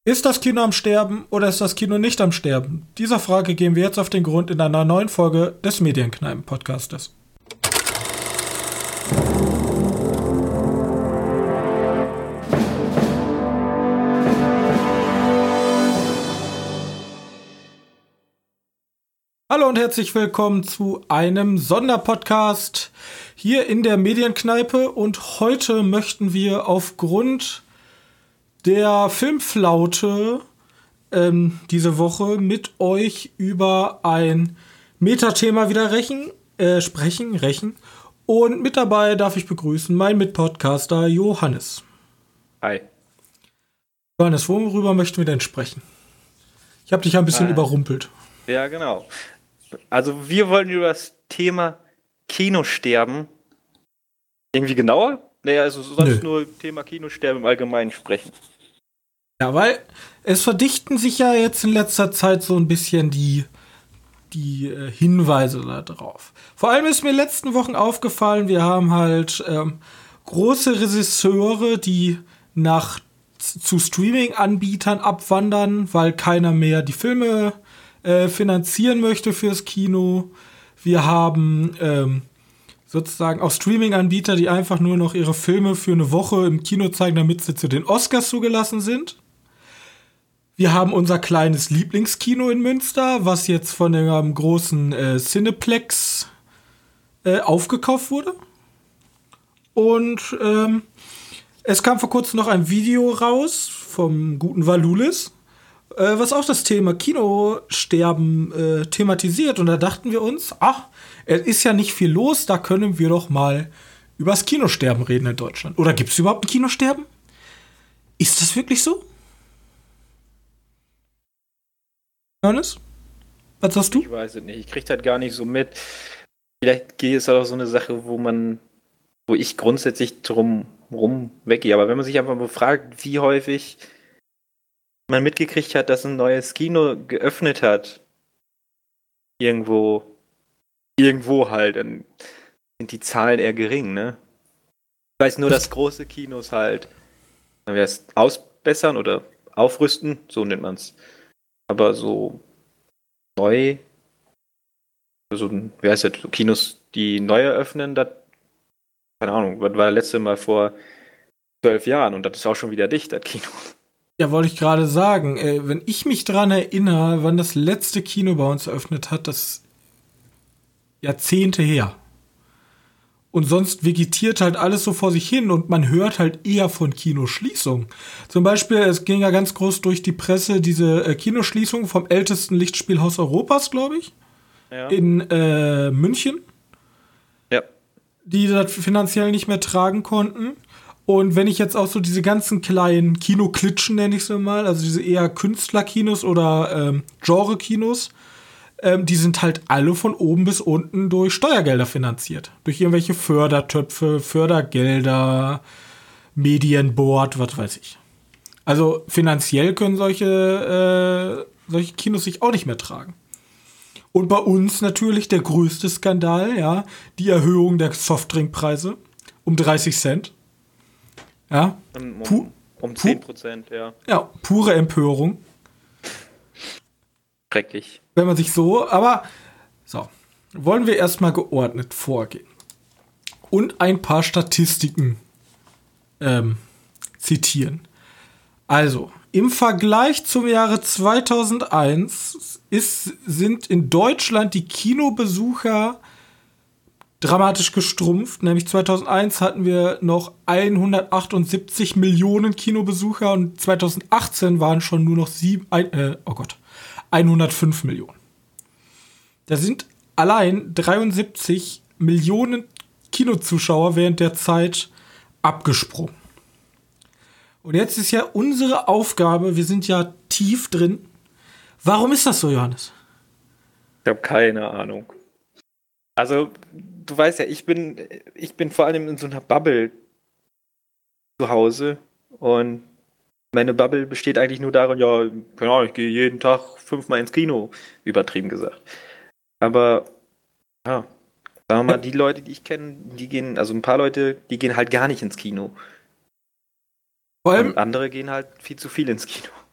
Ist das Kino am Sterben oder ist das Kino nicht am Sterben? Dieser Frage gehen wir jetzt auf den Grund in einer neuen Folge des Medienkneipen-Podcastes. Hallo und herzlich willkommen zu einem Sonderpodcast hier in der Medienkneipe. Und heute möchten wir aufgrund der Filmflaute diese Woche mit euch über ein Metathema wieder sprechen. Und mit dabei darf ich begrüßen meinen Mitpodcaster Johannes. Hi. Johannes, worüber möchten wir denn sprechen? Ich habe dich ein bisschen überrumpelt. Ja, genau. Also wir wollen über das Thema Kinosterben irgendwie genauer? Naja, also sonst nur Thema Kinosterben im Allgemeinen sprechen. Ja, weil es verdichten sich ja jetzt in letzter Zeit so ein bisschen die Hinweise da drauf. Vor allem ist mir in den letzten Wochen aufgefallen, wir haben halt große Regisseure, die zu Streaming-Anbietern abwandern, weil keiner mehr die Filme finanzieren möchte fürs Kino. Wir haben sozusagen auch Streaming-Anbieter, die einfach nur noch ihre Filme für eine Woche im Kino zeigen, damit sie zu den Oscars zugelassen sind. Wir haben unser kleines Lieblingskino in Münster, was jetzt von einem großen Cineplex aufgekauft wurde. Und es kam vor kurzem noch ein Video raus vom guten Valulis, was auch das Thema Kinosterben thematisiert. Und da dachten wir uns, es ist ja nicht viel los, da können wir doch mal über das Kinosterben reden in Deutschland. Oder gibt es überhaupt ein Kinosterben? Ist das wirklich so? Johannes? Was sagst du? Ich weiß es nicht, ich krieg das gar nicht so mit. Vielleicht ist das auch so eine Sache, wo ich grundsätzlich drum weggehe. Aber wenn man sich einfach mal fragt, wie häufig man mitgekriegt hat, dass ein neues Kino geöffnet hat, irgendwo halt, dann sind die Zahlen eher gering, ne? Ich weiß nur, dass große Kinos halt ausbessern oder aufrüsten, so nennt man es. Aber so neu, also wie heißt das, so Kinos, die neu eröffnen, das, keine Ahnung, was war das letzte Mal vor 12 Jahren und das ist auch schon wieder dicht, das Kino. Ja, wollte ich gerade sagen. Wenn ich mich dran erinnere, wann das letzte Kino bei uns eröffnet hat, das ist Jahrzehnte her. Und sonst vegetiert halt alles so vor sich hin und man hört halt eher von Kinoschließungen. Zum Beispiel, es ging ja ganz groß durch die Presse diese Kinoschließung vom ältesten Lichtspielhaus Europas, glaube ich, ja, in München. Ja. Die das finanziell nicht mehr tragen konnten. Und wenn ich jetzt auch so diese ganzen kleinen Kinoklitschen, nenne ich sie mal, also diese eher Künstlerkinos oder Genre-Kinos, die sind halt alle von oben bis unten durch Steuergelder finanziert. Durch irgendwelche Fördertöpfe, Fördergelder, Medienboard, was weiß ich. Also finanziell können solche Kinos sich auch nicht mehr tragen. Und bei uns natürlich der größte Skandal, ja, die Erhöhung der Softdrinkpreise um 30 Cent. Ja. Um 10%, ja. Ja, pure Empörung. Schrecklich. Wenn man sich wollen wir erstmal geordnet vorgehen. Und ein paar Statistiken zitieren. Also, im Vergleich zum Jahre 2001 sind in Deutschland die Kinobesucher dramatisch gestrumpft. Nämlich 2001 hatten wir noch 178 Millionen Kinobesucher und 2018 waren schon nur noch 105 Millionen. Da sind allein 73 Millionen Kinozuschauer während der Zeit abgesprungen. Und jetzt ist ja unsere Aufgabe, wir sind ja tief drin. Warum ist das so, Johannes? Ich habe keine Ahnung. Also, du weißt ja, ich bin vor allem in so einer Bubble zu Hause und meine Bubble besteht eigentlich nur darin, ja, genau, ich gehe jeden Tag 5-mal ins Kino, übertrieben gesagt. Aber, ja, sagen wir mal, die Leute, die ich kenne, also ein paar Leute, die gehen halt gar nicht ins Kino. Vor allem, Und andere gehen halt viel zu viel ins Kino.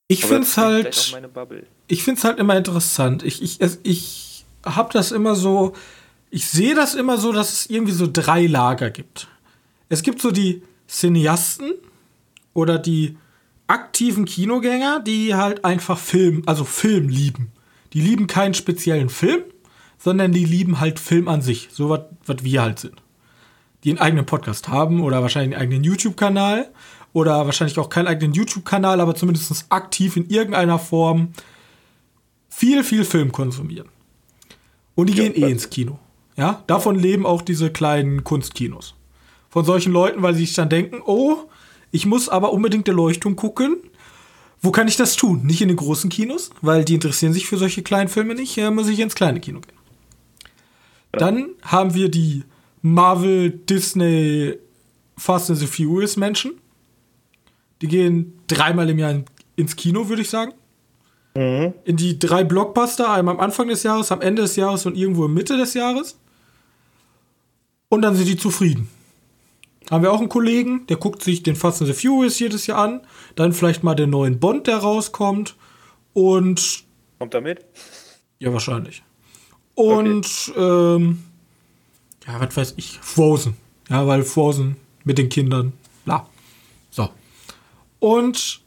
Ich finde es halt. Auch meine Bubble. Ich finde es halt immer interessant. Ich habe das immer so. Ich sehe das immer so, dass es irgendwie so 3 Lager gibt. Es gibt so die Cineasten oder die aktiven Kinogänger, die halt einfach Film lieben. Die lieben keinen speziellen Film, sondern die lieben halt Film an sich. So was wir halt sind. Die einen eigenen Podcast haben oder wahrscheinlich einen eigenen YouTube-Kanal oder wahrscheinlich auch keinen eigenen YouTube-Kanal, aber zumindest aktiv in irgendeiner Form viel Film konsumieren. Und die gehen ins Kino. Ja, davon leben auch diese kleinen Kunstkinos. Von solchen Leuten, weil sie sich dann denken, oh, ich muss aber unbedingt der Leuchtturm gucken. Wo kann ich das tun? Nicht in den großen Kinos, weil die interessieren sich für solche kleinen Filme nicht. Hier muss ich ins kleine Kino gehen. Ja. Dann haben wir die Marvel, Disney, Fast and the Furious Menschen. Die gehen 3-mal im Jahr ins Kino, würde ich sagen. Mhm. In die 3 Blockbuster, einmal am Anfang des Jahres, am Ende des Jahres und irgendwo in Mitte des Jahres. Und dann sind die zufrieden. Haben wir auch einen Kollegen, der guckt sich den Fast and the Furious jedes Jahr an. Dann vielleicht mal den neuen Bond, der rauskommt. Und. Kommt er mit? Ja, wahrscheinlich. Und, okay. Ja, was weiß ich, Frozen. Ja, weil Frozen mit den Kindern, bla. So. Und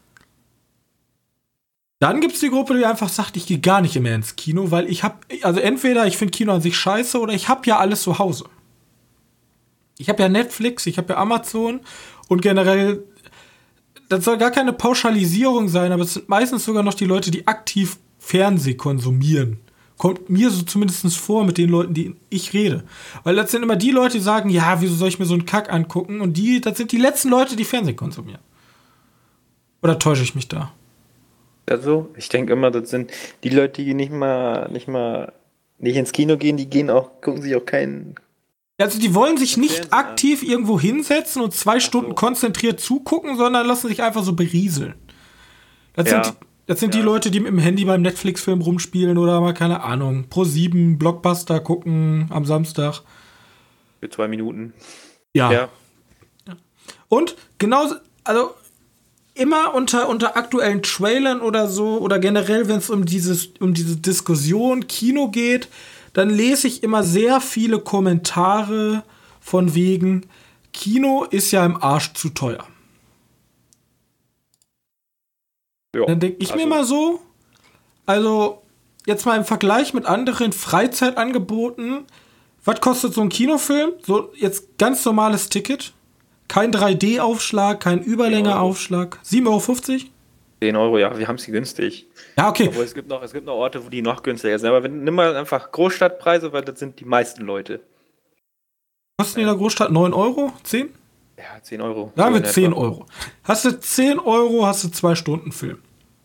dann gibt's die Gruppe, die einfach sagt, ich gehe gar nicht mehr ins Kino, weil entweder ich finde Kino an sich scheiße oder ich habe ja alles zu Hause. Ich habe ja Netflix, ich habe ja Amazon und generell, das soll gar keine Pauschalisierung sein, aber es sind meistens sogar noch die Leute, die aktiv Fernseh konsumieren. Kommt mir so zumindest vor mit den Leuten, die ich rede. Weil das sind immer die Leute, die sagen, ja, wieso soll ich mir so einen Kack angucken? Und das sind die letzten Leute, die Fernsehen konsumieren. Oder täusche ich mich da? Also, ich denke immer, das sind die Leute, die nicht ins Kino gehen, gucken sich auch keinen. Also die wollen sich nicht aktiv irgendwo hinsetzen und 2 Stunden konzentriert zugucken, sondern lassen sich einfach so berieseln. Das sind die Leute, die mit dem Handy beim Netflix-Film rumspielen oder mal, keine Ahnung, Pro7 Blockbuster gucken am Samstag. Für 2 Minuten. Ja. Und genauso, also immer unter aktuellen Trailern oder so, oder generell, wenn es um diese Diskussion Kino geht, dann lese ich immer sehr viele Kommentare von wegen, Kino ist ja im Arsch zu teuer. Ja, dann denke ich mir mal so, also jetzt mal im Vergleich mit anderen Freizeitangeboten, was kostet so ein Kinofilm? So jetzt ganz normales Ticket, kein 3D-Aufschlag, kein Überlänge-Aufschlag, 7,50 €? 10 €, ja, wir haben sie günstig. Ja, okay. Obwohl es gibt noch Orte, wo die noch günstiger sind. Aber nimm mal einfach Großstadtpreise, weil das sind die meisten Leute. Kosten in der Großstadt 9 €? 10? Ja, 10 €. Sagen wir 10 €. Hast du 10 €, hast du 2 Stunden Film.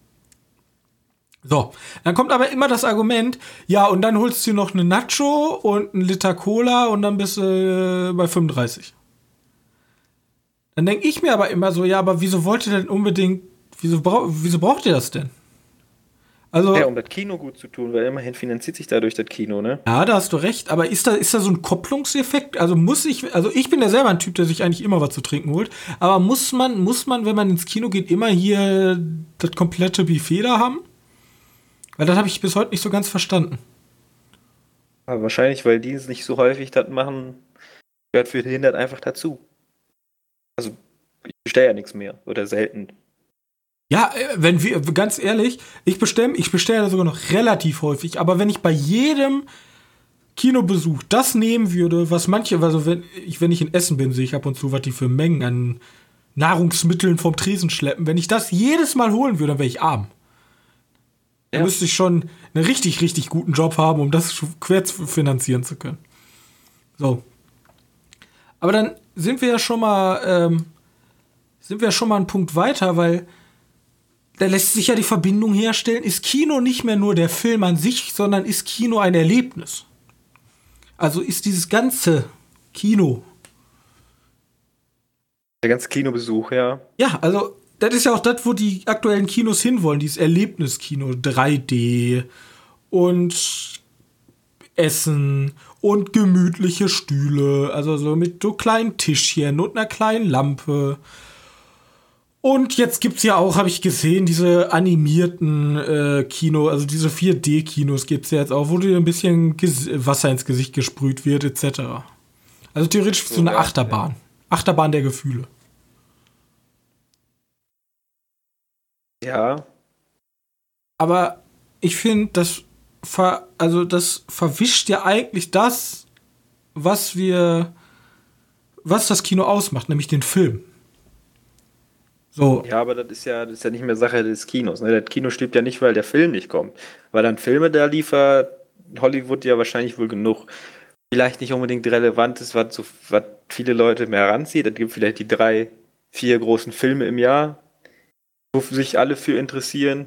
So, dann kommt aber immer das Argument, ja, und dann holst du noch eine Nacho und einen Liter Cola und dann bist du bei 35. Dann denke ich mir aber immer so, ja, aber wieso wollt ihr denn unbedingt, wieso braucht ihr das denn? Also, ja, um das Kino gut zu tun, weil immerhin finanziert sich dadurch das Kino, ne? Ja, da hast du recht, aber ist da so ein Kopplungseffekt? Also ich bin ja selber ein Typ, der sich eigentlich immer was zu trinken holt, aber muss man, wenn man ins Kino geht, immer hier das komplette Buffet da haben? Weil das habe ich bis heute nicht so ganz verstanden. Aber wahrscheinlich, weil die es nicht so häufig das machen, gehört für den das einfach dazu. Also, ich bestelle ja nichts mehr oder selten. Ja, wenn wir, ganz ehrlich, ich bestelle ja sogar noch relativ häufig, aber wenn ich bei jedem Kinobesuch das nehmen würde, was manche, also wenn ich in Essen bin, sehe ich ab und zu, was die für Mengen an Nahrungsmitteln vom Tresen schleppen, wenn ich das jedes Mal holen würde, dann wäre ich arm. Ja. Da müsste ich schon einen richtig, richtig guten Job haben, um das quer finanzieren zu können. So. Aber dann sind wir ja schon mal einen Punkt weiter, weil da lässt sich ja die Verbindung herstellen, ist Kino nicht mehr nur der Film an sich, sondern ist Kino ein Erlebnis. Also ist dieses ganze Kino. Der ganze Kinobesuch, ja. Ja, also das ist ja auch das, wo die aktuellen Kinos hinwollen, dieses Erlebniskino, 3D und Essen und gemütliche Stühle, also so mit so kleinen Tischchen und einer kleinen Lampe. Und jetzt gibt's ja auch, habe ich gesehen, diese animierten also diese 4D-Kinos gibt's ja jetzt auch, wo dir ein bisschen Wasser ins Gesicht gesprüht wird, etc. Also theoretisch so eine Achterbahn. Ja. Achterbahn der Gefühle. Ja. Aber ich finde, das verwischt ja eigentlich das, was das Kino ausmacht, nämlich den Film. So. Ja, aber das ist ja nicht mehr Sache des Kinos. Ne? Das Kino stirbt ja nicht, weil der Film nicht kommt. Weil dann Filme da liefert Hollywood ja wahrscheinlich wohl genug. Vielleicht nicht unbedingt relevant ist, was viele Leute mehr ranzieht. Es gibt vielleicht die 3, 4 großen Filme im Jahr, wo sich alle für interessieren.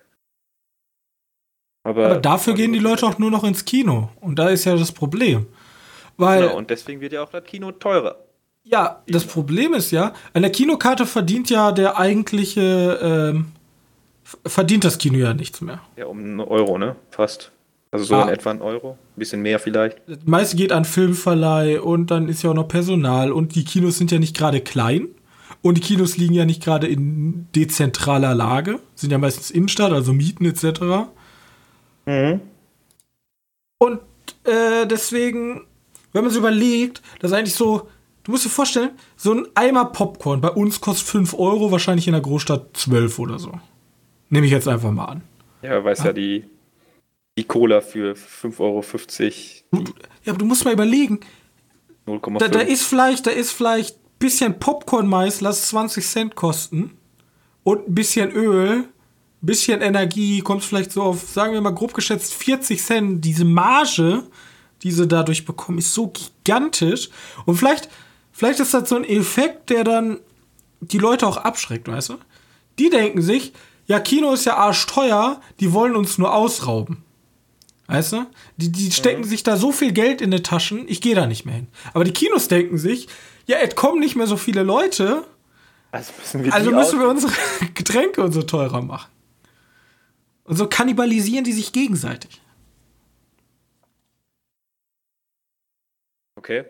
Aber dafür gehen die Leute auch nur noch ins Kino. Und da ist ja das Problem. Weil, genau, und deswegen wird ja auch das Kino teurer. Ja, das Problem ist ja, an der Kinokarte verdient ja der eigentliche, verdient das Kino ja nichts mehr. Ja, um 1 Euro, ne? Fast. Also so in etwa 1 Euro. Ein bisschen mehr vielleicht. Das meiste geht an Filmverleih und dann ist ja auch noch Personal. Und die Kinos sind ja nicht gerade klein. Und die Kinos liegen ja nicht gerade in dezentraler Lage. Sind ja meistens Innenstadt, also Mieten etc. Mhm. Und deswegen, wenn man sich überlegt, dass eigentlich so, du musst dir vorstellen, so ein Eimer Popcorn bei uns kostet 5 Euro, wahrscheinlich in der Großstadt 12 oder so. Nehme ich jetzt einfach mal an. Ja, weiß ja die Cola für 5,50 Euro. Ja, aber du musst mal überlegen, 0,5. Da ist vielleicht ein bisschen Popcorn-Mais, lass 20 Cent kosten. Und ein bisschen Öl, ein bisschen Energie, kommt vielleicht so auf, sagen wir mal grob geschätzt, 40 Cent. Diese Marge, die sie dadurch bekommen, ist so gigantisch. Und vielleicht ist das so ein Effekt, der dann die Leute auch abschreckt, weißt du? Die denken sich, ja, Kino ist ja arschteuer, die wollen uns nur ausrauben. Weißt du? Die stecken sich da so viel Geld in die Taschen, ich gehe da nicht mehr hin. Aber die Kinos denken sich, ja, es kommen nicht mehr so viele Leute, also müssen wir unsere Getränke und so teurer machen. Und so kannibalisieren die sich gegenseitig. Okay.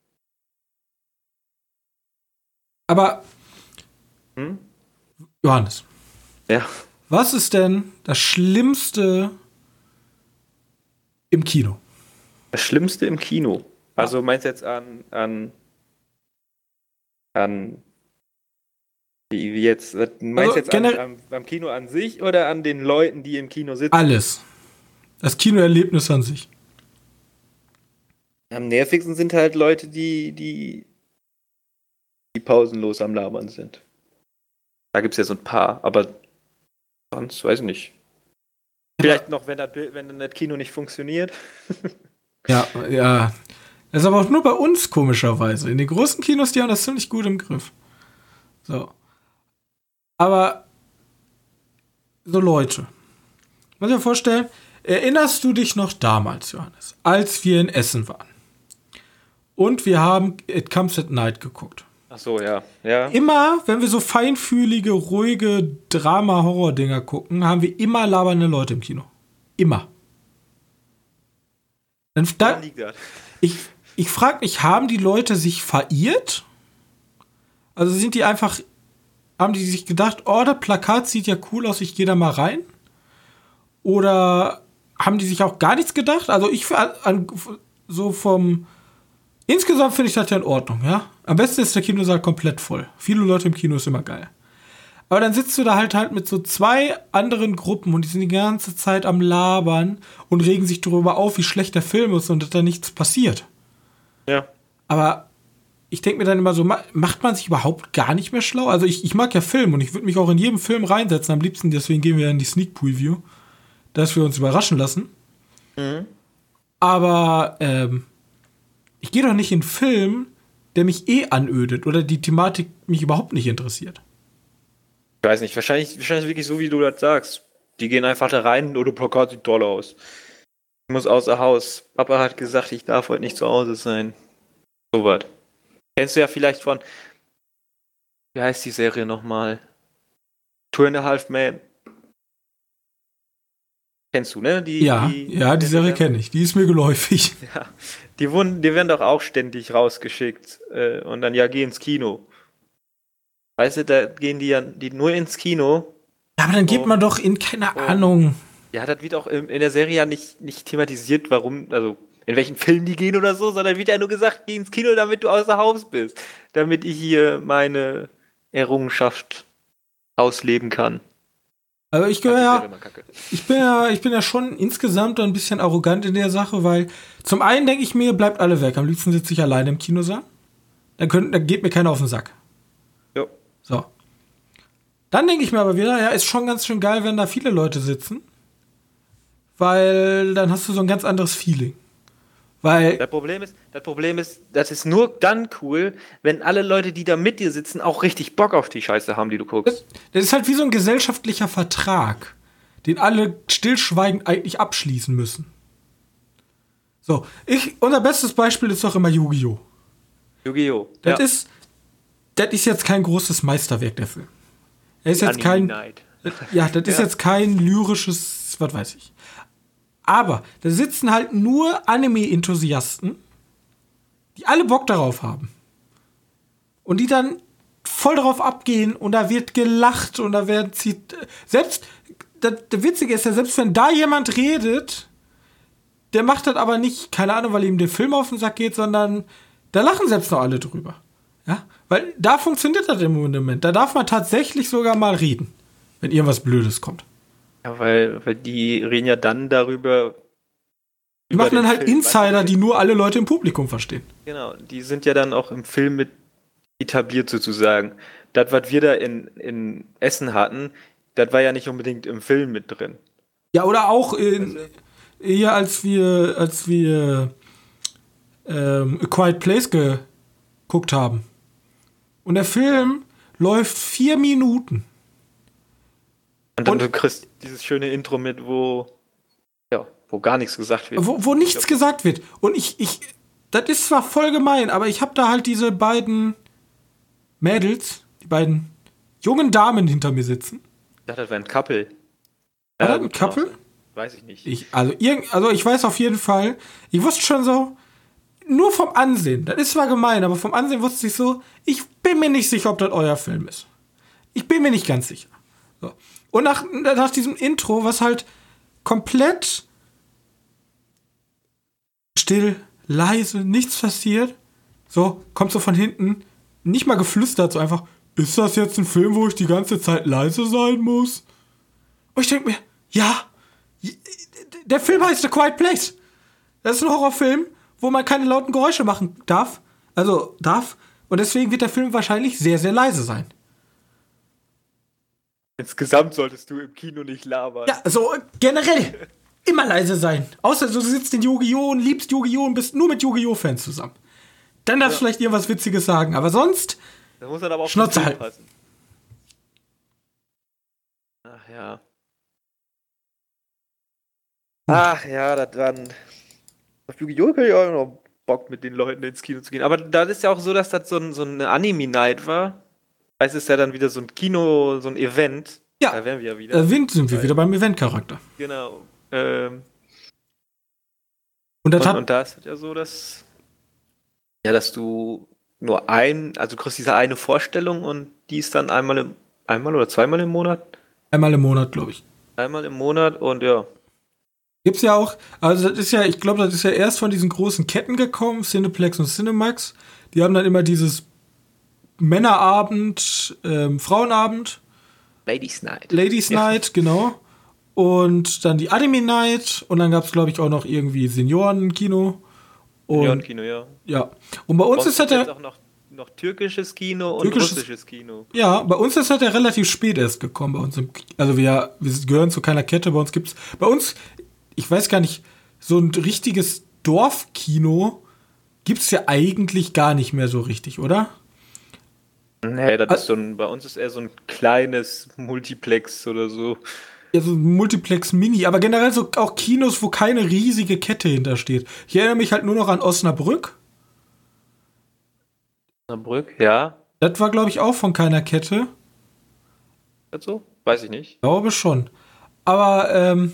Aber, Johannes. Ja. Was ist denn das Schlimmste im Kino? Das Schlimmste im Kino? Also meinst du jetzt an wie jetzt? Meinst du jetzt beim Kino an sich oder an den Leuten, die im Kino sitzen? Alles. Das Kinoerlebnis an sich. Am nervigsten sind halt Leute, die pausenlos am Labern sind. Da gibt es ja so ein paar, aber sonst weiß ich nicht. Vielleicht noch, wenn das Kino nicht funktioniert. Ja. Das ist aber auch nur bei uns, komischerweise. In den großen Kinos, die haben das ziemlich gut im Griff. So. Aber so Leute. Muss ich mir vorstellen, erinnerst du dich noch damals, Johannes, als wir in Essen waren? Und wir haben It Comes at Night geguckt. Ach so, ja. Immer, wenn wir so feinfühlige, ruhige Drama-Horror-Dinger gucken, haben wir immer labernde Leute im Kino. Immer. Dann liegt das. Ich frage mich, haben die Leute sich verirrt? Also haben die sich gedacht, oh, das Plakat sieht ja cool aus, ich gehe da mal rein? Oder haben die sich auch gar nichts gedacht? Also insgesamt finde ich das ja in Ordnung, ja. Am besten ist der Kinosaal komplett voll. Viele Leute im Kino ist immer geil. Aber dann sitzt du da halt mit so 2 anderen Gruppen und die sind die ganze Zeit am Labern und regen sich darüber auf, wie schlecht der Film ist und dass da nichts passiert. Ja. Aber ich denke mir dann immer so, macht man sich überhaupt gar nicht mehr schlau? Also ich mag ja Film und ich würde mich auch in jedem Film reinsetzen. Am liebsten, deswegen gehen wir ja in die Sneak Preview, dass wir uns überraschen lassen. Mhm. Aber ich gehe doch nicht in einen Film, der mich anödet oder die Thematik mich überhaupt nicht interessiert. Ich weiß nicht, wahrscheinlich wirklich so, wie du das sagst. Die gehen einfach da rein, oder Plakat sieht toll aus. Ich muss außer Haus. Papa hat gesagt, ich darf heute nicht zu Hause sein. So was. Kennst du ja vielleicht von, wie heißt die Serie nochmal? 2.5 Men. Kennst du, ne? Die Serie kenne ich. Die ist mir geläufig. Ja, die werden doch auch ständig rausgeschickt. Und dann, geh ins Kino. Weißt du, da gehen die nur ins Kino. Ja, aber dann geht man doch in, keine Ahnung. Ja, das wird auch in der Serie ja nicht thematisiert, warum, also in welchen Film die gehen oder so, sondern wird ja nur gesagt, geh ins Kino, damit du außer Haus bist. Damit ich hier meine Errungenschaft ausleben kann. Aber ich gehöre ich bin ja schon insgesamt ein bisschen arrogant in der Sache, weil zum einen denke ich mir, bleibt alle weg. Am liebsten sitze ich alleine im Kinosaal. Dann geht mir keiner auf den Sack. Jo. So. Dann denke ich mir aber wieder, ja, ist schon ganz schön geil, wenn da viele Leute sitzen. Weil dann hast du so ein ganz anderes Feeling. Weil Das Problem ist, das ist nur dann cool, wenn alle Leute, die da mit dir sitzen, auch richtig Bock auf die Scheiße haben, die du guckst. das ist halt wie so ein gesellschaftlicher Vertrag, den alle stillschweigend eigentlich abschließen müssen. So, unser bestes Beispiel ist doch immer Yu-Gi-Oh! Yu-Gi-Oh! Das ist jetzt kein großes Meisterwerk, der Film. Er ist jetzt kein. Ja, das ist jetzt kein lyrisches, was weiß ich. Aber da sitzen halt nur Anime-Enthusiasten, die alle Bock darauf haben. Und die dann voll darauf abgehen und da wird gelacht und da werden selbst, das Witzige ist ja, selbst wenn da jemand redet, der macht das aber nicht, keine Ahnung, weil ihm der Film auf den Sack geht, sondern da lachen selbst noch alle drüber. Ja? Weil da funktioniert das im Moment. Da darf man tatsächlich sogar mal reden, wenn irgendwas Blödes kommt. Ja, weil die reden ja dann darüber. Die machen dann halt Film, Insider, die nur alle Leute im Publikum verstehen. Genau, die sind ja dann auch im Film mit etabliert sozusagen. Das, was wir da in Essen hatten, das war ja nicht unbedingt im Film mit drin. Ja, oder auch eher als wir A Quiet Place geguckt haben. Und der Film läuft 4 Minuten. Und dann du kriegst dieses schöne Intro mit, wo gar nichts gesagt wird. Wo nichts gesagt wird. Und das ist zwar voll gemein, aber ich habe da halt diese beiden Mädels, die beiden jungen Damen hinter mir sitzen. Ich dachte, das wäre ein Couple. War das ein Couple? Weiß ich nicht. Ich weiß auf jeden Fall, ich wusste schon so, nur vom Ansehen, das ist zwar gemein, aber vom Ansehen wusste ich so, ich bin mir nicht sicher, ob das euer Film ist. Ich bin mir nicht ganz sicher. So. Und nach diesem Intro, was halt komplett still, leise, nichts passiert, so, kommt so von hinten, nicht mal geflüstert, so einfach, ist das jetzt ein Film, wo ich die ganze Zeit leise sein muss? Und ich denke mir, ja, der Film heißt A Quiet Place. Das ist ein Horrorfilm, wo man keine lauten Geräusche machen darf. Und deswegen wird der Film wahrscheinlich sehr, sehr leise sein. Insgesamt solltest du im Kino nicht labern. Ja, so generell immer leise sein. Außer du sitzt in Yu-Gi-Oh! Und liebst Yu-Gi-Oh! Und bist nur mit Yu-Gi-Oh!-Fans zusammen. Dann darfst du vielleicht irgendwas Witziges sagen. Aber sonst da muss dann aber auch Schnauze halten. Passen. Ach ja. Ach ja, das dann. Auf Yu-Gi-Oh! Kann ich auch noch Bock, mit den Leuten ins Kino zu gehen. Aber da ist ja auch so, dass das so eine Anime-Night war. Es ist ja dann wieder so ein Kino, so ein Event. Ja, da wären wir ja wieder. Sind wir wieder beim Event-Charakter. Genau. Und da ist es ja so, dass du nur du kriegst diese eine Vorstellung und die ist dann einmal oder zweimal im Monat? Einmal im Monat, glaube ich. Einmal im Monat und ja. Gibt's ja auch, also das ist ja, ich glaube, das ist ja erst von diesen großen Ketten gekommen, Cineplex und Cinemax. Die haben dann immer dieses Männerabend, Frauenabend. Ladies Night. Ladies Night, genau. Und dann die Anime Night und dann gab's, glaube ich, auch noch irgendwie Seniorenkino. Seniorenkino, ja. Ja. Und bei uns ist das ja auch noch türkisches Kino und russisches Kino. Ja, bei uns ist das ja relativ spät erst gekommen. Bei uns also wir gehören zu keiner Kette. Bei uns, ich weiß gar nicht, so ein richtiges Dorfkino gibt's ja eigentlich gar nicht mehr so richtig, oder? Nee, das ist bei uns ist eher so ein kleines Multiplex oder so. Ja, so ein Multiplex-Mini, aber generell so auch Kinos, wo keine riesige Kette hintersteht. Ich erinnere mich halt nur noch an Osnabrück. Osnabrück, ja. Das war, glaube ich, auch von keiner Kette. Ist das so? Weiß ich nicht. Ich glaube schon. Aber,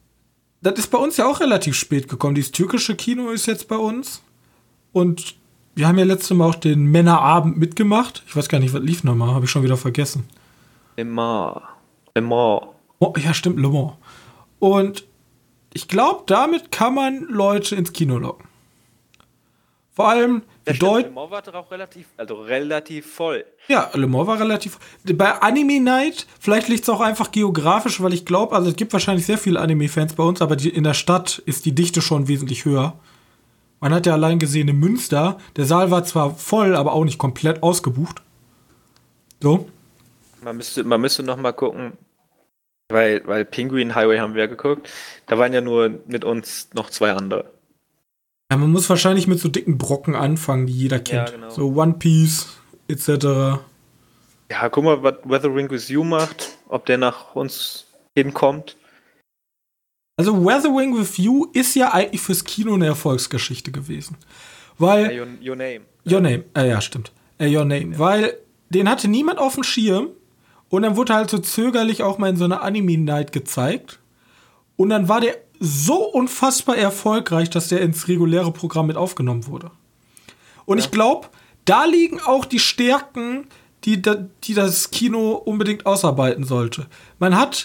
das ist bei uns ja auch relativ spät gekommen. Dieses türkische Kino ist jetzt bei uns. Und wir haben ja letztes Mal auch den Männerabend mitgemacht. Ich weiß gar nicht, was lief nochmal, habe ich schon wieder vergessen. Le Mans. Le Mans. Oh, ja, stimmt, Le Mans. Und ich glaube, damit kann man Leute ins Kino locken. Vor allem Ja, die stimmt, Le Leute. Mans war doch auch relativ voll. Ja, Le Mans war relativ. Bei Anime Night, vielleicht liegt es auch einfach geografisch, weil ich glaube, also es gibt wahrscheinlich sehr viele Anime-Fans bei uns, aber in der Stadt ist die Dichte schon wesentlich höher. Man hat ja allein gesehen in Münster, der Saal war zwar voll, aber auch nicht komplett ausgebucht. So. Man müsste noch mal gucken, weil Penguin Highway haben wir ja geguckt. Da waren ja nur mit uns noch 2 andere. Ja, man muss wahrscheinlich mit so dicken Brocken anfangen, die jeder kennt. Ja, genau. So One Piece, etc. Ja, guck mal, was Weathering with You macht, ob der nach uns hinkommt. Also Weathering with You ist ja eigentlich fürs Kino eine Erfolgsgeschichte gewesen. Weil. Ja, Your Name. Your Name, ja, stimmt. Your Name. Ja. Weil den hatte niemand auf dem Schirm. Und dann wurde halt so zögerlich auch mal in so einer Anime-Night gezeigt. Und dann war der so unfassbar erfolgreich, dass der ins reguläre Programm mit aufgenommen wurde. Und ich glaube, da liegen auch die Stärken, die das Kino unbedingt ausarbeiten sollte. Man hat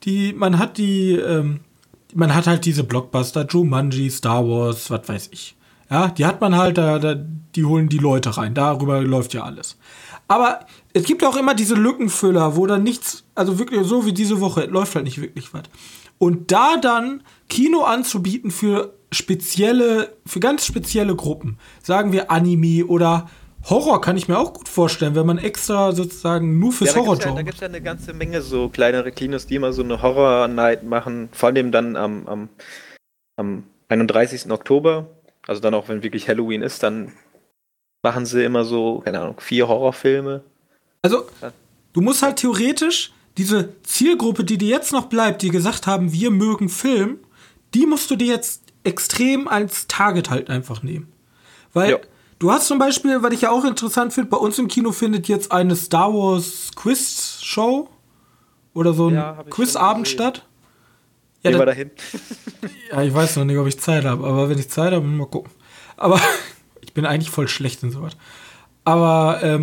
halt diese Blockbuster, Jumanji, Star Wars, was weiß ich. Ja, die hat man halt, die holen die Leute rein. Darüber läuft ja alles. Aber es gibt auch immer diese Lückenfüller, wo dann nichts, also wirklich so wie diese Woche, läuft halt nicht wirklich was. Und da dann Kino anzubieten für ganz spezielle Gruppen, sagen wir Anime oder Horror, kann ich mir auch gut vorstellen, wenn man extra sozusagen nur fürs Horror-Genre. Da gibt es ja eine ganze Menge so kleinere Kinos, die immer so eine Horror-Night machen, vor allem dann am 31. Oktober, also dann auch, wenn wirklich Halloween ist, dann machen sie immer so, keine Ahnung, 4 Horrorfilme. Also, du musst halt theoretisch diese Zielgruppe, die dir jetzt noch bleibt, die gesagt haben, wir mögen Film, die musst du dir jetzt extrem als Target halt einfach nehmen. Weil du hast zum Beispiel, was ich ja auch interessant finde, bei uns im Kino findet jetzt eine Star Wars Quiz-Show oder so ein Quizabend statt. Ja, gehen wir dahin. Ja, ich weiß noch nicht, ob ich Zeit habe, aber wenn ich Zeit habe, mal gucken. Aber ich bin eigentlich voll schlecht in sowas. Aber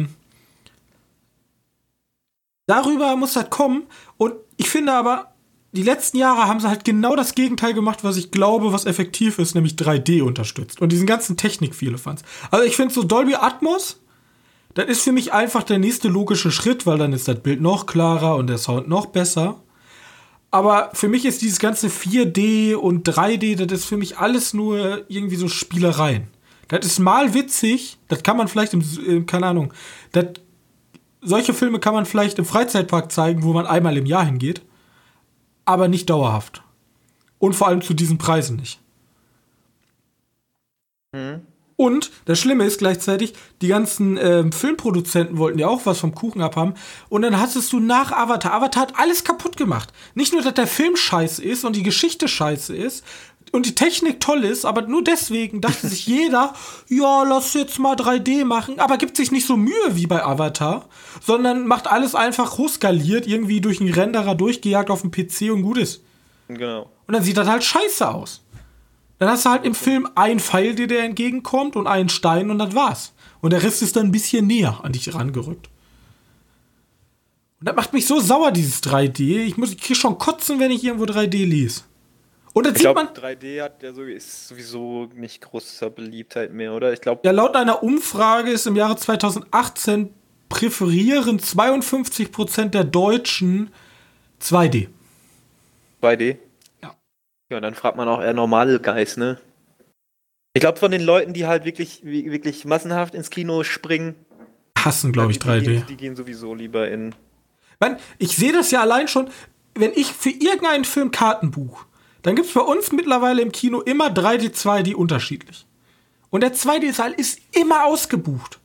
darüber muss das kommen. Und ich finde aber, die letzten Jahre haben sie halt genau das Gegenteil gemacht, was ich glaube, was effektiv ist, nämlich 3D unterstützt. Und diesen ganzen Technik-Firlefanz. Also ich finde so Dolby Atmos, das ist für mich einfach der nächste logische Schritt, weil dann ist das Bild noch klarer und der Sound noch besser. Aber für mich ist dieses ganze 4D und 3D, das ist für mich alles nur irgendwie so Spielereien. Das ist mal witzig, das kann man vielleicht keine Ahnung, solche Filme kann man vielleicht im Freizeitpark zeigen, wo man einmal im Jahr hingeht, aber nicht dauerhaft. Und vor allem zu diesen Preisen nicht. Und das Schlimme ist gleichzeitig, die ganzen Filmproduzenten wollten ja auch was vom Kuchen abhaben. Und dann hattest du nach Avatar. Avatar hat alles kaputt gemacht. Nicht nur, dass der Film scheiße ist und die Geschichte scheiße ist und die Technik toll ist, aber nur deswegen dachte sich jeder, ja, lass jetzt mal 3D machen, aber gibt sich nicht so Mühe wie bei Avatar, sondern macht alles einfach hochskaliert, irgendwie durch einen Renderer durchgejagt auf dem PC und gut ist. Genau. Und dann sieht das halt scheiße aus. Dann hast du halt im Film einen Pfeil, der dir entgegenkommt und einen Stein und das war's. Und der Rest ist dann ein bisschen näher an dich rangerückt. Und das macht mich so sauer, dieses 3D. Ich krieg schon kotzen, wenn ich irgendwo 3D lese. Und dann ich glaube, 3D ist sowieso nicht großer Beliebtheit mehr, oder? Ich glaube. Ja, laut einer Umfrage ist im Jahre 2018 präferieren 52% der Deutschen 2D. 2D? Ja, und dann fragt man auch eher normale Guys, ne? Ich glaube, von den Leuten, die halt wirklich massenhaft ins Kino springen, hassen, glaube ich, 3D. Die gehen sowieso lieber in. Ich sehe das ja allein schon, wenn ich für irgendeinen Film Karten buche, dann gibt es bei uns mittlerweile im Kino immer 3D, 2D unterschiedlich. Und der 2D-Saal ist immer ausgebucht.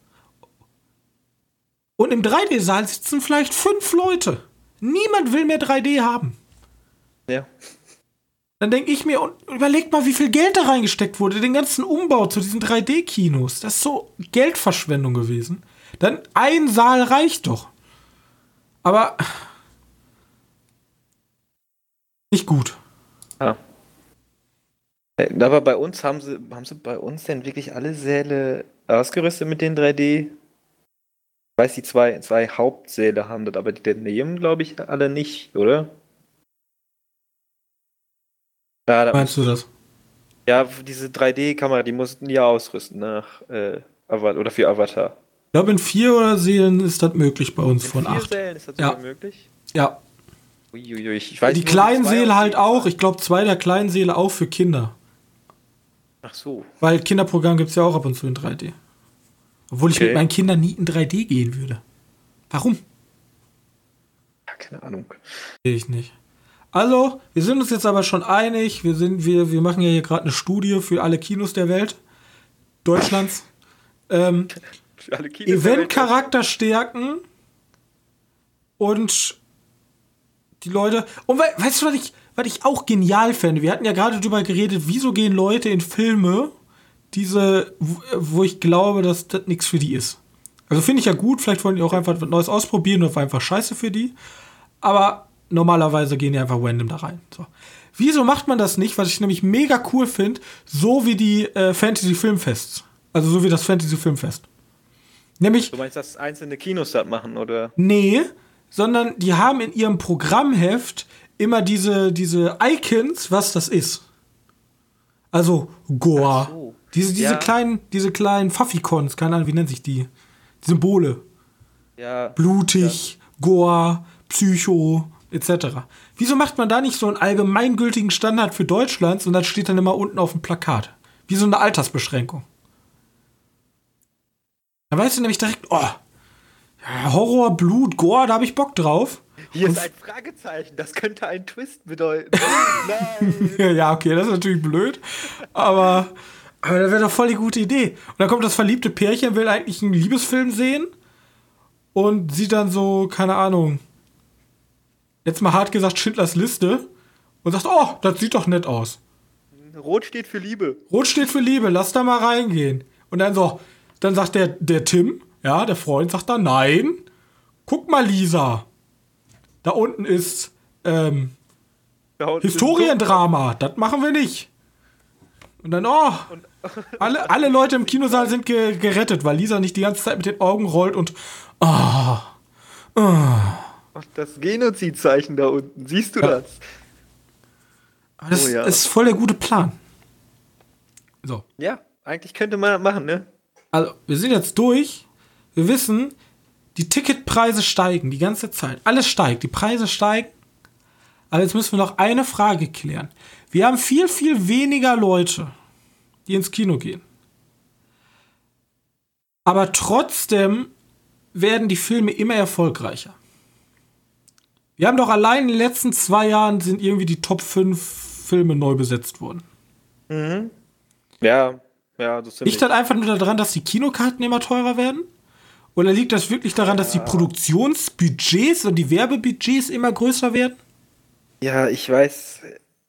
Und im 3D-Saal sitzen vielleicht 5 Leute. Niemand will mehr 3D haben. Ja. Dann denke ich mir, und überleg mal, wie viel Geld da reingesteckt wurde, den ganzen Umbau zu diesen 3D-Kinos. Das ist so Geldverschwendung gewesen. Dann ein Saal reicht doch. Aber nicht gut. Ja. Aber bei uns haben sie bei uns denn wirklich alle Säle ausgerüstet mit den 3D? Ich weiß, die zwei Hauptsäle haben das, aber die daneben, glaube ich, alle nicht, oder? Ja, Meinst du das? ja, diese 3D-Kamera, die mussten die ja ausrüsten nach oder für Avatar. Ich glaube, in 4 oder Sälen ist das möglich bei uns In von 4 8. Sälen ist das Ja. sogar möglich? Ja. Uiuiui, ich weiß Die nur, kleinen zwei Säle auf halt jeden auch. Fall. Ich glaube, 2 der kleinen Säle auch für Kinder. Ach so. Weil Kinderprogramm gibt es ja auch ab und zu in 3D. Obwohl ich Okay. mit meinen Kindern nie in 3D gehen würde. Warum? Ja, keine Ahnung. Sehe ich nicht. Also, wir sind uns jetzt aber schon einig. Wir machen ja hier gerade eine Studie für alle Kinos der Welt. Deutschlands. Für alle Kinos der Welt. Event-Charakter stärken. Und die Leute. Und weißt du, was ich auch genial fände? Wir hatten ja gerade drüber geredet, wieso gehen Leute in Filme, wo ich glaube, dass das nichts für die ist. Also finde ich ja gut, vielleicht wollen die auch einfach was Neues ausprobieren oder war einfach scheiße für die. Aber normalerweise gehen die einfach random da rein. So. Wieso macht man das nicht, was ich nämlich mega cool finde, so wie die Fantasy-Filmfests. Also so wie das Fantasy-Filmfest. Nämlich, Du meinst, dass einzelne Kinos das machen, oder? nee, sondern die haben in ihrem Programmheft immer diese Icons, was das ist. Also Goa. Ach so. Diese Ja. kleinen Pfaffikons, keine Ahnung, wie nennt sich die? Symbole. Ja. Blutig, Goa, Psycho, etc. Wieso macht man da nicht so einen allgemeingültigen Standard für Deutschland und das steht dann immer unten auf dem Plakat? Wie so eine Altersbeschränkung. Da weißt du nämlich direkt, oh, ja, Horror, Blut, Gore, da habe ich Bock drauf. Hier ist ein Fragezeichen, das könnte einen Twist bedeuten. Nein. Ja, okay, das ist natürlich blöd. Aber das wäre doch voll die gute Idee. Und dann kommt das verliebte Pärchen, will eigentlich einen Liebesfilm sehen und sieht dann so, keine Ahnung, jetzt mal hart gesagt, Schindlers Liste und sagt, oh, das sieht doch nett aus. Rot steht für Liebe. Rot steht für Liebe, lass da mal reingehen. Und dann so, dann sagt der Tim, ja, der Freund, sagt dann, nein, guck mal, Lisa. Da unten ist Da unten Historiendrama, das machen wir nicht. Und dann, oh, alle Leute im Kinosaal sind gerettet, weil Lisa nicht die ganze Zeit mit den Augen rollt und Ach, das Genozidzeichen da unten, siehst du das? Aber das Oh ja. ist voll der gute Plan. So, Ja, eigentlich könnte man machen, ne? also wir sind jetzt durch. Wir wissen, die Ticketpreise steigen die ganze Zeit. Alles steigt, die Preise steigen. Aber jetzt müssen wir noch eine Frage klären. Wir haben viel, viel weniger Leute, die ins Kino gehen. Aber trotzdem werden die Filme immer erfolgreicher. Wir haben doch allein in den letzten 2 Jahren sind irgendwie die Top 5 Filme neu besetzt worden. Ja, so ziemlich. Liegt das einfach nur daran, dass die Kinokarten immer teurer werden? Oder liegt das wirklich daran, dass die Produktionsbudgets und die Werbebudgets immer größer werden? Ja, ich weiß.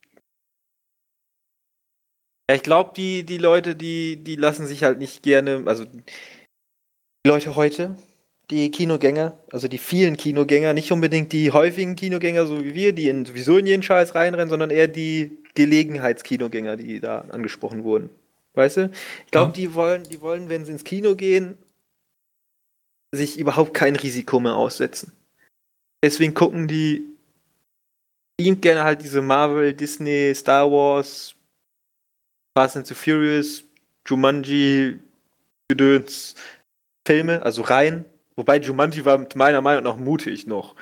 Ja, ich glaube, die Leute, die lassen sich halt nicht gerne, also die Leute heute, die Kinogänger, also die vielen Kinogänger, nicht unbedingt die häufigen Kinogänger, so wie wir, die sowieso in jeden Scheiß reinrennen, sondern eher die Gelegenheitskinogänger, die da angesprochen wurden. Weißt du? Ich glaube, Ja. die wollen, wenn sie ins Kino gehen, sich überhaupt kein Risiko mehr aussetzen. Deswegen gucken die gerne halt diese Marvel, Disney, Star Wars, Fast and the Furious, Jumanji, Gedöns, Filme, also rein. Wobei Jumanji war meiner Meinung nach mutig noch.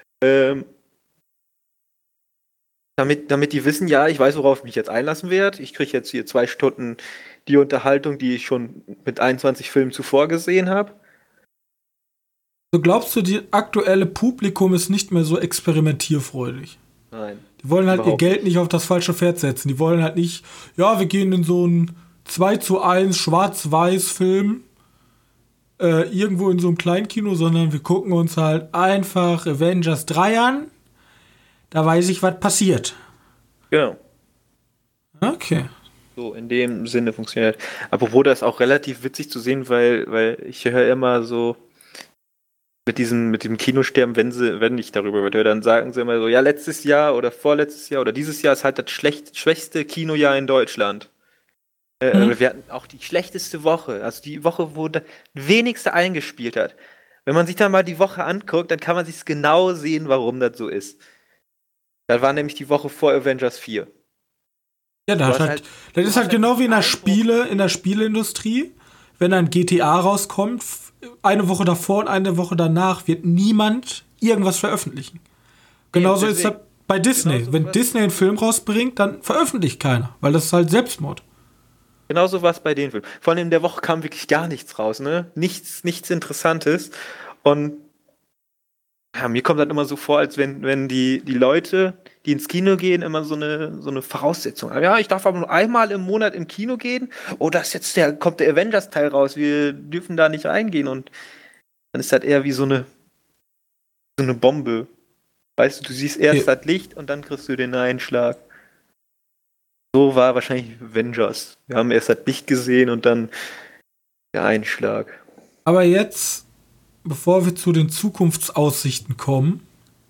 Damit die wissen, ja, ich weiß, worauf ich mich jetzt einlassen werde. Ich kriege jetzt hier 2 Stunden die Unterhaltung, die ich schon mit 21 Filmen zuvor gesehen habe. So glaubst du, die aktuelle Publikum ist nicht mehr so experimentierfreudig? Nein. Die wollen halt ihr Überhaupt Geld nicht auf das falsche Pferd setzen. Die wollen halt nicht, ja, wir gehen in so einen 2:1 Schwarz-Weiß-Film irgendwo in so einem Kleinkino, sondern wir gucken uns halt einfach Avengers 3 an. Da weiß ich, was passiert. Genau. Okay. So, in dem Sinne funktioniert. Apropos, das ist auch relativ witzig zu sehen, weil ich höre immer so mit dem Kinosterben, wenn ich darüber höre, dann sagen sie immer so, ja, letztes Jahr oder vorletztes Jahr oder dieses Jahr ist halt das schwächste Kinojahr in Deutschland. Wir hatten auch die schlechteste Woche, also die Woche, wo das wenigste eingespielt hat. Wenn man sich dann mal die Woche anguckt, dann kann man sich genau sehen, warum das so ist. Das war nämlich die Woche vor Avengers 4. Ja, das ist halt genau wie in der Spieleindustrie. Wenn ein GTA rauskommt, eine Woche davor und eine Woche danach wird niemand irgendwas veröffentlichen. Genauso ist das bei Disney. Wenn Disney einen Film rausbringt, dann veröffentlicht keiner, weil das ist halt Selbstmord. Genauso war es bei den Filmen. Vor allem in der Woche kam wirklich gar nichts raus, ne? Nichts Interessantes. Und ja, mir kommt das immer so vor, als wenn die Leute, die ins Kino gehen, immer so eine Voraussetzung haben. Ja, ich darf aber nur einmal im Monat im Kino gehen. Oh, kommt der Avengers-Teil raus. Wir dürfen da nicht reingehen. Und dann ist das eher wie so eine Bombe. Weißt du siehst erst das Licht und dann kriegst du den Einschlag. So war wahrscheinlich Avengers. Wir haben erst das Licht gesehen und dann der Einschlag. Aber jetzt, bevor wir zu den Zukunftsaussichten kommen,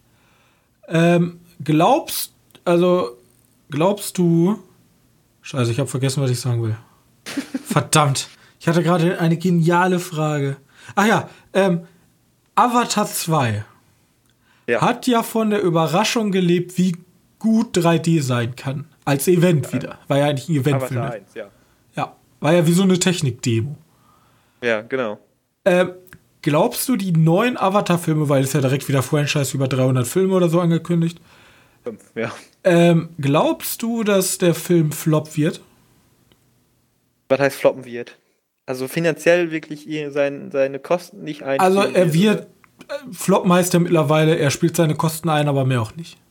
glaubst du, Scheiße, ich habe vergessen, was ich sagen will. Verdammt, ich hatte gerade eine geniale Frage. Ach ja, Avatar 2 hat ja von der Überraschung gelebt, wie gut 3D sein kann. Als Event wieder. War ja eigentlich ein Eventfilm. Avatar 1, ja. Ja, war ja wie so eine Technik-Demo. Ja, genau. Glaubst du, die neuen Avatar-Filme, weil es ja direkt wieder Franchise über 300 Filme oder so angekündigt, 5, ja. Glaubst du, dass der Film Flop wird? Was heißt floppen wird? Also finanziell wirklich seine Kosten nicht einspielen. Also er wird, floppen heißt ja mittlerweile, er spielt seine Kosten ein, aber mehr auch nicht.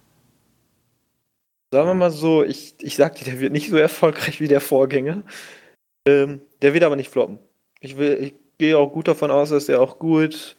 Sagen wir mal so, ich sag dir, der wird nicht so erfolgreich wie der Vorgänger. Der wird aber nicht floppen. Ich gehe auch gut davon aus, dass er auch gut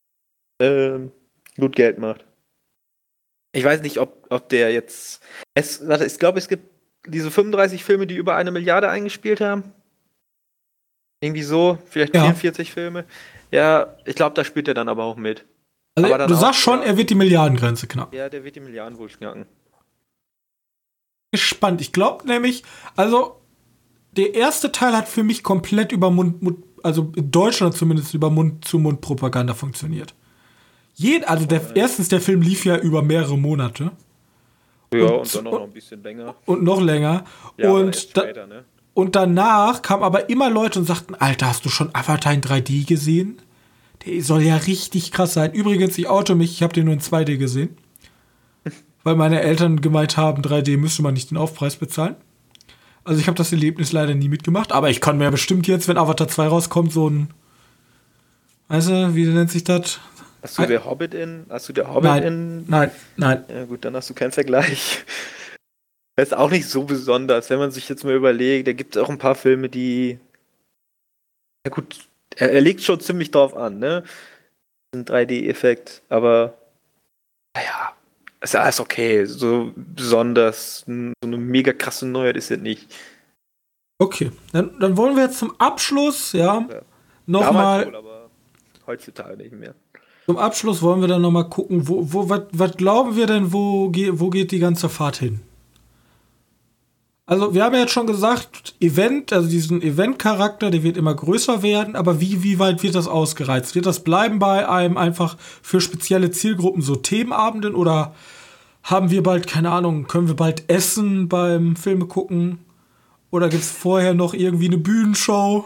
Geld macht. Ich weiß nicht, ob der jetzt... Ich glaube, es gibt diese 35 Filme, die über 1 Milliarde eingespielt haben. Irgendwie so, vielleicht 44 Filme. Ja, ich glaube, da spielt er dann aber auch mit. Also aber du sagst schon, er wird die Milliardengrenze knacken. Ja, der wird die Milliarden wohl knacken. Gespannt. Ich glaube nämlich, also der erste Teil hat für mich komplett über also in Deutschland zumindest über Mund-zu-Mund-Propaganda funktioniert. Erstens, der Film lief ja über mehrere Monate. Ja, und dann noch ein bisschen länger. Und noch länger. Ja, und später, ne? Und danach kamen aber immer Leute und sagten, Alter, hast du schon Avatar in 3D gesehen? Der soll ja richtig krass sein. Übrigens, ich oute mich, ich habe den nur in 2D gesehen. Weil meine Eltern gemeint haben, 3D müsste man nicht den Aufpreis bezahlen. Also ich habe das Erlebnis leider nie mitgemacht. Aber ich kann mir bestimmt jetzt, wenn Avatar 2 rauskommt, so ein... Weißt du, wie nennt sich das? Hast du der Hobbit in? Nein. Ja gut, dann hast du keinen Vergleich. Das ist auch nicht so besonders, wenn man sich jetzt mal überlegt, da gibt es auch ein paar Filme, die... Ja gut, er legt schon ziemlich drauf an, ne? Ein 3D-Effekt, aber naja, ist ja alles okay. So besonders, so eine mega krasse Neuheit ist es nicht. Okay, dann wollen wir jetzt zum Abschluss, nochmal... Wohl, aber heutzutage nicht mehr. Zum Abschluss wollen wir dann nochmal gucken, was glauben wir denn, wo geht die ganze Fahrt hin? Also wir haben ja jetzt schon gesagt, diesen Event-Charakter, der wird immer größer werden, aber wie weit wird das ausgereizt? Wird das bleiben bei einem einfach für spezielle Zielgruppen so Themenabenden oder haben wir bald, keine Ahnung, können wir bald essen beim Filme gucken? Oder gibt es vorher noch irgendwie eine Bühnenshow?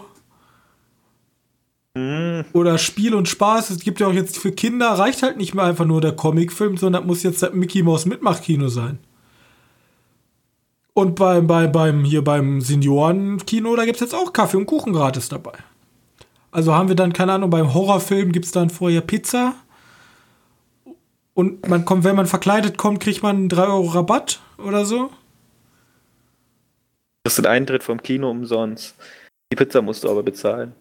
Oder Spiel und Spaß. Es gibt ja auch jetzt für Kinder, reicht halt nicht mehr einfach nur der Comicfilm, sondern muss jetzt das Mickey Mouse Mitmachkino sein. Und beim Seniorenkino, da gibt es jetzt auch Kaffee und Kuchen gratis dabei. Also haben wir dann, keine Ahnung, beim Horrorfilm gibt es dann vorher Pizza. Und wenn man verkleidet kommt, kriegt man einen 3 € Rabatt oder so. Das ist ein Eintritt vom Kino umsonst. Die Pizza musst du aber bezahlen.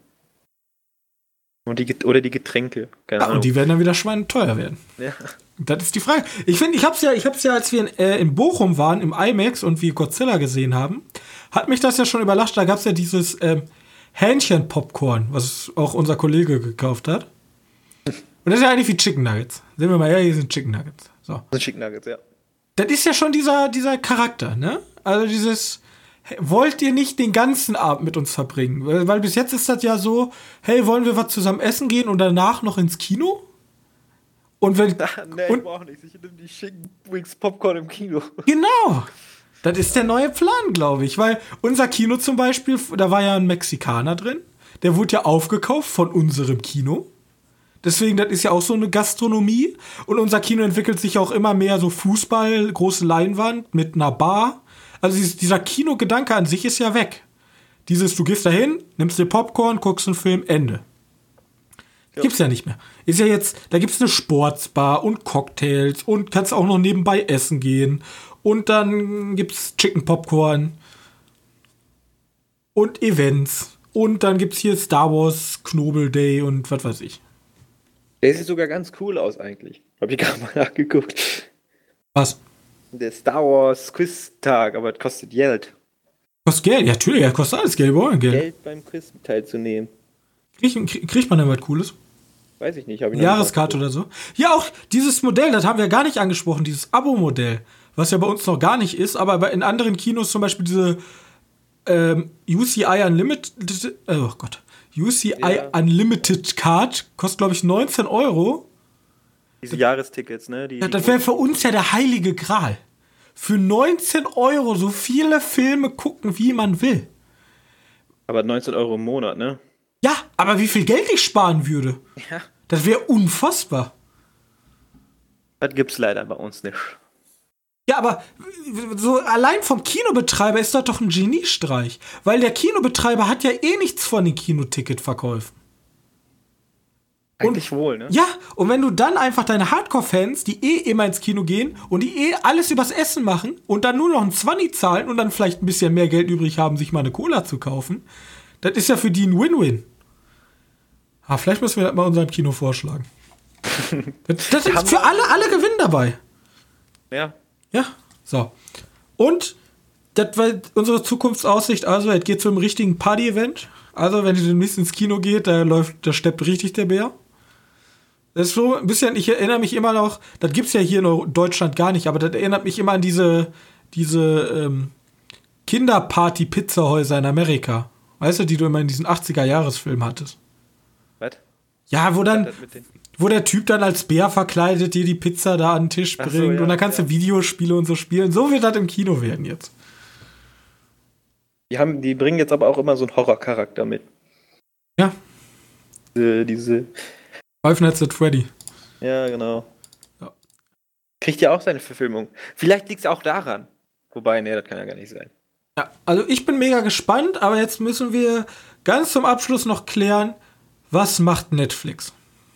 Oder die Getränke. Keine Ahnung. Und die werden dann wieder schweineteuer werden. Ja. Das ist die Frage. Ich finde, ich hab's ja, als wir in Bochum waren, im IMAX und wir Godzilla gesehen haben, hat mich das ja schon überrascht. Da gab's ja dieses Hähnchen-Popcorn, was auch unser Kollege gekauft hat. Und das ist ja eigentlich wie Chicken Nuggets. Sehen wir mal, ja, hier sind Chicken Nuggets. So. Das sind Chicken Nuggets, ja. Das ist ja schon dieser Charakter, ne? Also dieses, hey, wollt ihr nicht den ganzen Abend mit uns verbringen? Weil bis jetzt ist das ja so, hey, wollen wir was zusammen essen gehen und danach noch ins Kino? Und wenn. Nee, ich brauche nichts. Ich nehme die Chicken Wings Popcorn im Kino. Genau. Das ist der neue Plan, glaube ich. Weil unser Kino zum Beispiel, da war ja ein Mexikaner drin. Der wurde ja aufgekauft von unserem Kino. Deswegen, das ist ja auch so eine Gastronomie. Und unser Kino entwickelt sich auch immer mehr so Fußball, große Leinwand mit einer Bar. Also dieser Kinogedanke an sich ist ja weg. Du gehst da hin, nimmst dir Popcorn, guckst einen Film, Ende. Ja. Gibt's ja nicht mehr. Ist ja jetzt, da gibt's eine Sportsbar und Cocktails und kannst auch noch nebenbei essen gehen. Und dann gibt's Chicken Popcorn und Events. Und dann gibt's hier Star Wars Knobel Day und was weiß ich. Der sieht sogar ganz cool aus eigentlich. Hab ich gerade mal nachgeguckt. Was? Der Star Wars Quiz-Tag, aber es kostet Geld. Kostet Geld? Ja, natürlich, ja, kostet alles Geld. Wir wollen Geld. Geld beim Quiz teilzunehmen. Kriegt man denn was Cooles? Weiß ich nicht. Jahreskarte oder so. Ja, auch dieses Modell, das haben wir gar nicht angesprochen, dieses Abo-Modell, was ja bei uns noch gar nicht ist, aber in anderen Kinos zum Beispiel diese UCI Unlimited, oh Gott, UCI Unlimited Card kostet, glaube ich, 19 Euro. Diese Jahrestickets, ne? Ja, das wäre für uns ja der heilige Gral. Für 19 Euro so viele Filme gucken, wie man will. Aber 19 Euro im Monat, ne? Ja, aber wie viel Geld ich sparen würde. Ja. Das wäre unfassbar. Das gibt's leider bei uns nicht. Ja, aber so allein vom Kinobetreiber ist das doch ein Geniestreich. Weil der Kinobetreiber hat ja eh nichts von den Kinoticketverkäufen. Eigentlich wohl, ne? Ja, und wenn du dann einfach deine Hardcore-Fans, die eh immer ins Kino gehen und die eh alles übers Essen machen und dann nur noch ein 20 zahlen und dann vielleicht ein bisschen mehr Geld übrig haben, sich mal eine Cola zu kaufen, das ist ja für die ein Win-Win. Ah, vielleicht müssen wir das mal unserem Kino vorschlagen. Das ist für alle Gewinn dabei. Ja. Ja, so. Und das war unsere Zukunftsaussicht. Also, es geht zum richtigen Party-Event. Also, wenn ihr demnächst ins Kino geht, da steppt richtig der Bär. Das ist so ein bisschen, ich erinnere mich immer noch, das gibt's ja hier in Deutschland gar nicht, aber das erinnert mich immer an diese Kinderparty-Pizzahäuser in Amerika. Weißt du, die du immer in diesen 80er-Jahres-Filmen hattest. Was? Ja, wo der Typ dann als Bär verkleidet dir die Pizza da an den Tisch bringt so, ja, und dann kannst du Videospiele und so spielen. So wird das im Kino werden jetzt. Die bringen jetzt aber auch immer so einen Horrorcharakter mit. Ja. Diese Five Nights at Freddy. Ja, genau. Ja. Kriegt ja auch seine Verfilmung. Vielleicht liegt es auch daran. Wobei, nee, das kann ja gar nicht sein. Ja, also ich bin mega gespannt, aber jetzt müssen wir ganz zum Abschluss noch klären, was macht Netflix?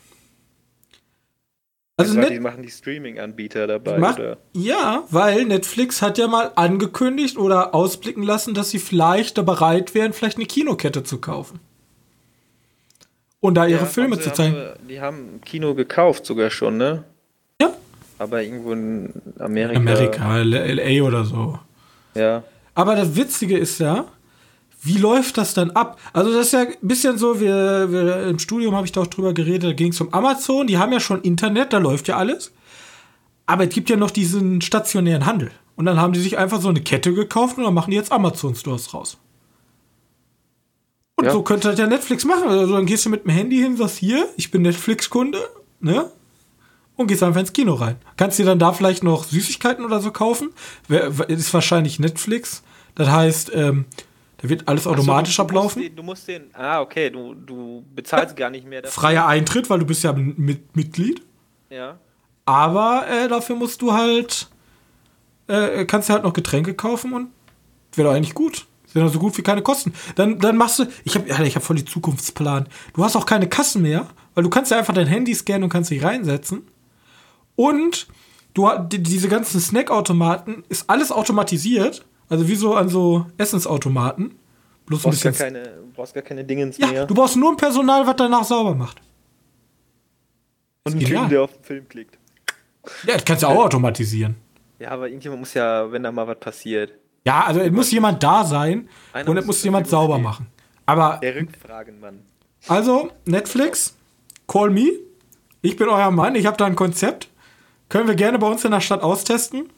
Also die machen die Streaming-Anbieter dabei, oder? Ja, weil Netflix hat ja mal angekündigt oder ausblicken lassen, dass sie vielleicht da bereit wären, vielleicht eine Kinokette zu kaufen. Und da ihre Filme zu zeigen. Die haben ein Kino gekauft sogar schon, ne? Ja. Aber irgendwo in Amerika. Amerika, LA oder so. Ja. Aber das Witzige ist ja, wie läuft das dann ab? Also das ist ja ein bisschen so, wir im Studium habe ich da auch drüber geredet, da ging es um Amazon, die haben ja schon Internet, da läuft ja alles. Aber es gibt ja noch diesen stationären Handel. Und dann haben die sich einfach so eine Kette gekauft und dann machen die jetzt Amazon-Stores raus. Und so könnte das ja Netflix machen. Also dann gehst du mit dem Handy hin, sagst hier, ich bin Netflix-Kunde, ne? Und gehst einfach ins Kino rein. Kannst dir dann da vielleicht noch Süßigkeiten oder so kaufen. Ist wahrscheinlich Netflix. Das heißt, da wird alles automatisch ablaufen. Du musst den, okay, du bezahlst gar nicht mehr dafür. Freier Eintritt, weil du bist ja Mitglied. Ja. Aber dafür musst du halt, kannst du halt noch Getränke kaufen und wäre doch eigentlich gut. Sind doch so gut wie keine Kosten. Dann machst du, ich hab voll die Zukunftsplan. Du hast auch keine Kassen mehr, weil du kannst ja einfach dein Handy scannen und kannst dich reinsetzen. Und diese ganzen Snackautomaten ist alles automatisiert. Also wie so an so Essensautomaten. Bloß du brauchst gar keine Dingens mehr. Ja, du brauchst nur ein Personal, was danach sauber macht. Und einen Typen, der auf den Film klickt. Ja, das kannst du auch automatisieren. Ja, aber irgendjemand muss ja, wenn da mal was passiert. Ja, also es muss jemand da sein und es muss jemand sauber machen. Aber der Rückfragenmann. Also, Netflix, call me. Ich bin euer Mann, ich habe da ein Konzept. Können wir gerne bei uns in der Stadt austesten.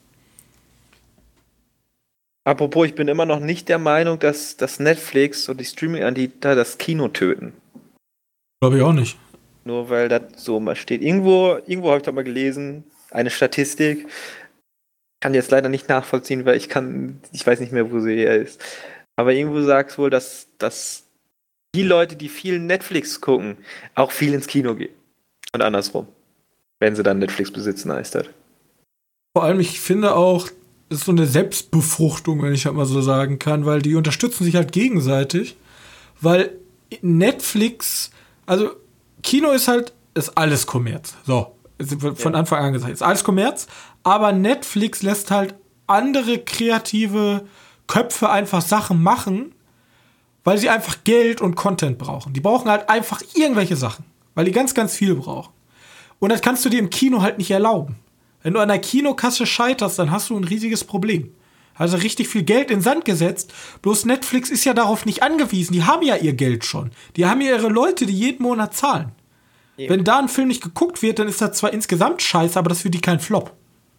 Apropos, ich bin immer noch nicht der Meinung, dass Netflix und die Streaming-Anbieter das Kino töten. Glaube ich auch nicht. Nur weil das so mal steht. Irgendwo habe ich doch mal gelesen, eine Statistik. Kann jetzt leider nicht nachvollziehen, weil ich weiß nicht mehr, wo sie her ist. Aber irgendwo sagt es wohl, dass die Leute, die viel Netflix gucken, auch viel ins Kino gehen. Und andersrum. Wenn sie dann Netflix besitzen, heißt das. Vor allem, ich finde auch, das ist so eine Selbstbefruchtung, wenn ich das mal so sagen kann, weil die unterstützen sich halt gegenseitig. Weil Netflix, also Kino ist alles Kommerz. So, von Anfang an gesagt, ist alles Kommerz. Aber Netflix lässt halt andere kreative Köpfe einfach Sachen machen, weil sie einfach Geld und Content brauchen. Die brauchen halt einfach irgendwelche Sachen, weil die ganz, ganz viel brauchen. Und das kannst du dir im Kino halt nicht erlauben. Wenn du an der Kinokasse scheiterst, dann hast du ein riesiges Problem. Also richtig viel Geld in den Sand gesetzt. Bloß Netflix ist ja darauf nicht angewiesen. Die haben ja ihr Geld schon. Die haben ja ihre Leute, die jeden Monat zahlen. Ja. Wenn da ein Film nicht geguckt wird, dann ist das zwar insgesamt scheiße, aber das ist für die kein Flop.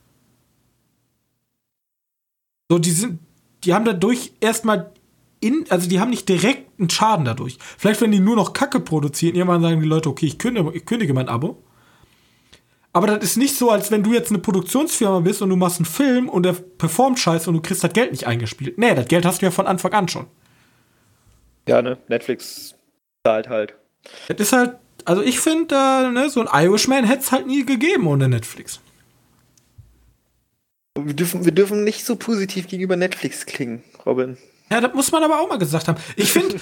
So, die haben dadurch erstmal die haben nicht direkt einen Schaden dadurch. Vielleicht, wenn die nur noch Kacke produzieren, irgendwann sagen die Leute, okay, ich kündige mein Abo. Aber das ist nicht so, als wenn du jetzt eine Produktionsfirma bist und du machst einen Film und der performt scheiße und du kriegst das Geld nicht eingespielt. Nee, das Geld hast du ja von Anfang an schon. Ja, ne? Netflix zahlt halt. Das ist halt, also ich finde, so ein Irishman hätte es halt nie gegeben ohne Netflix. Wir dürfen nicht so positiv gegenüber Netflix klingen, Robin. Ja, das muss man aber auch mal gesagt haben. Ich finde,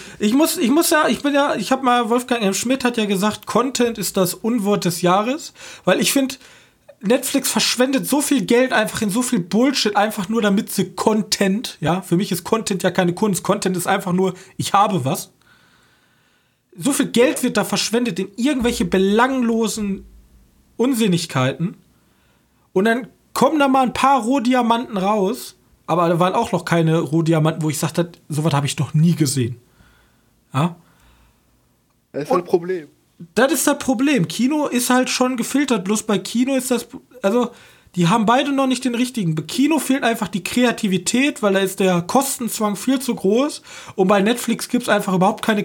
Wolfgang M. Schmidt hat ja gesagt, Content ist das Unwort des Jahres, weil ich finde, Netflix verschwendet so viel Geld einfach in so viel Bullshit, einfach nur damit sie Content, ja, für mich ist Content ja keine Kunst, Content ist einfach nur, ich habe was. So viel Geld wird da verschwendet in irgendwelche belanglosen Unsinnigkeiten und dann kommen da mal ein paar Rohdiamanten raus. Aber da waren auch noch keine Rohdiamanten, wo ich sagte, sowas habe ich noch nie gesehen. Ja? Das ist halt ein Problem. Das ist das Problem. Kino ist halt schon gefiltert. Bloß bei Kino ist das, also die haben beide noch nicht den richtigen. Bei Kino fehlt einfach die Kreativität, weil da ist der Kostenzwang viel zu groß. Und bei Netflix gibt es einfach überhaupt keine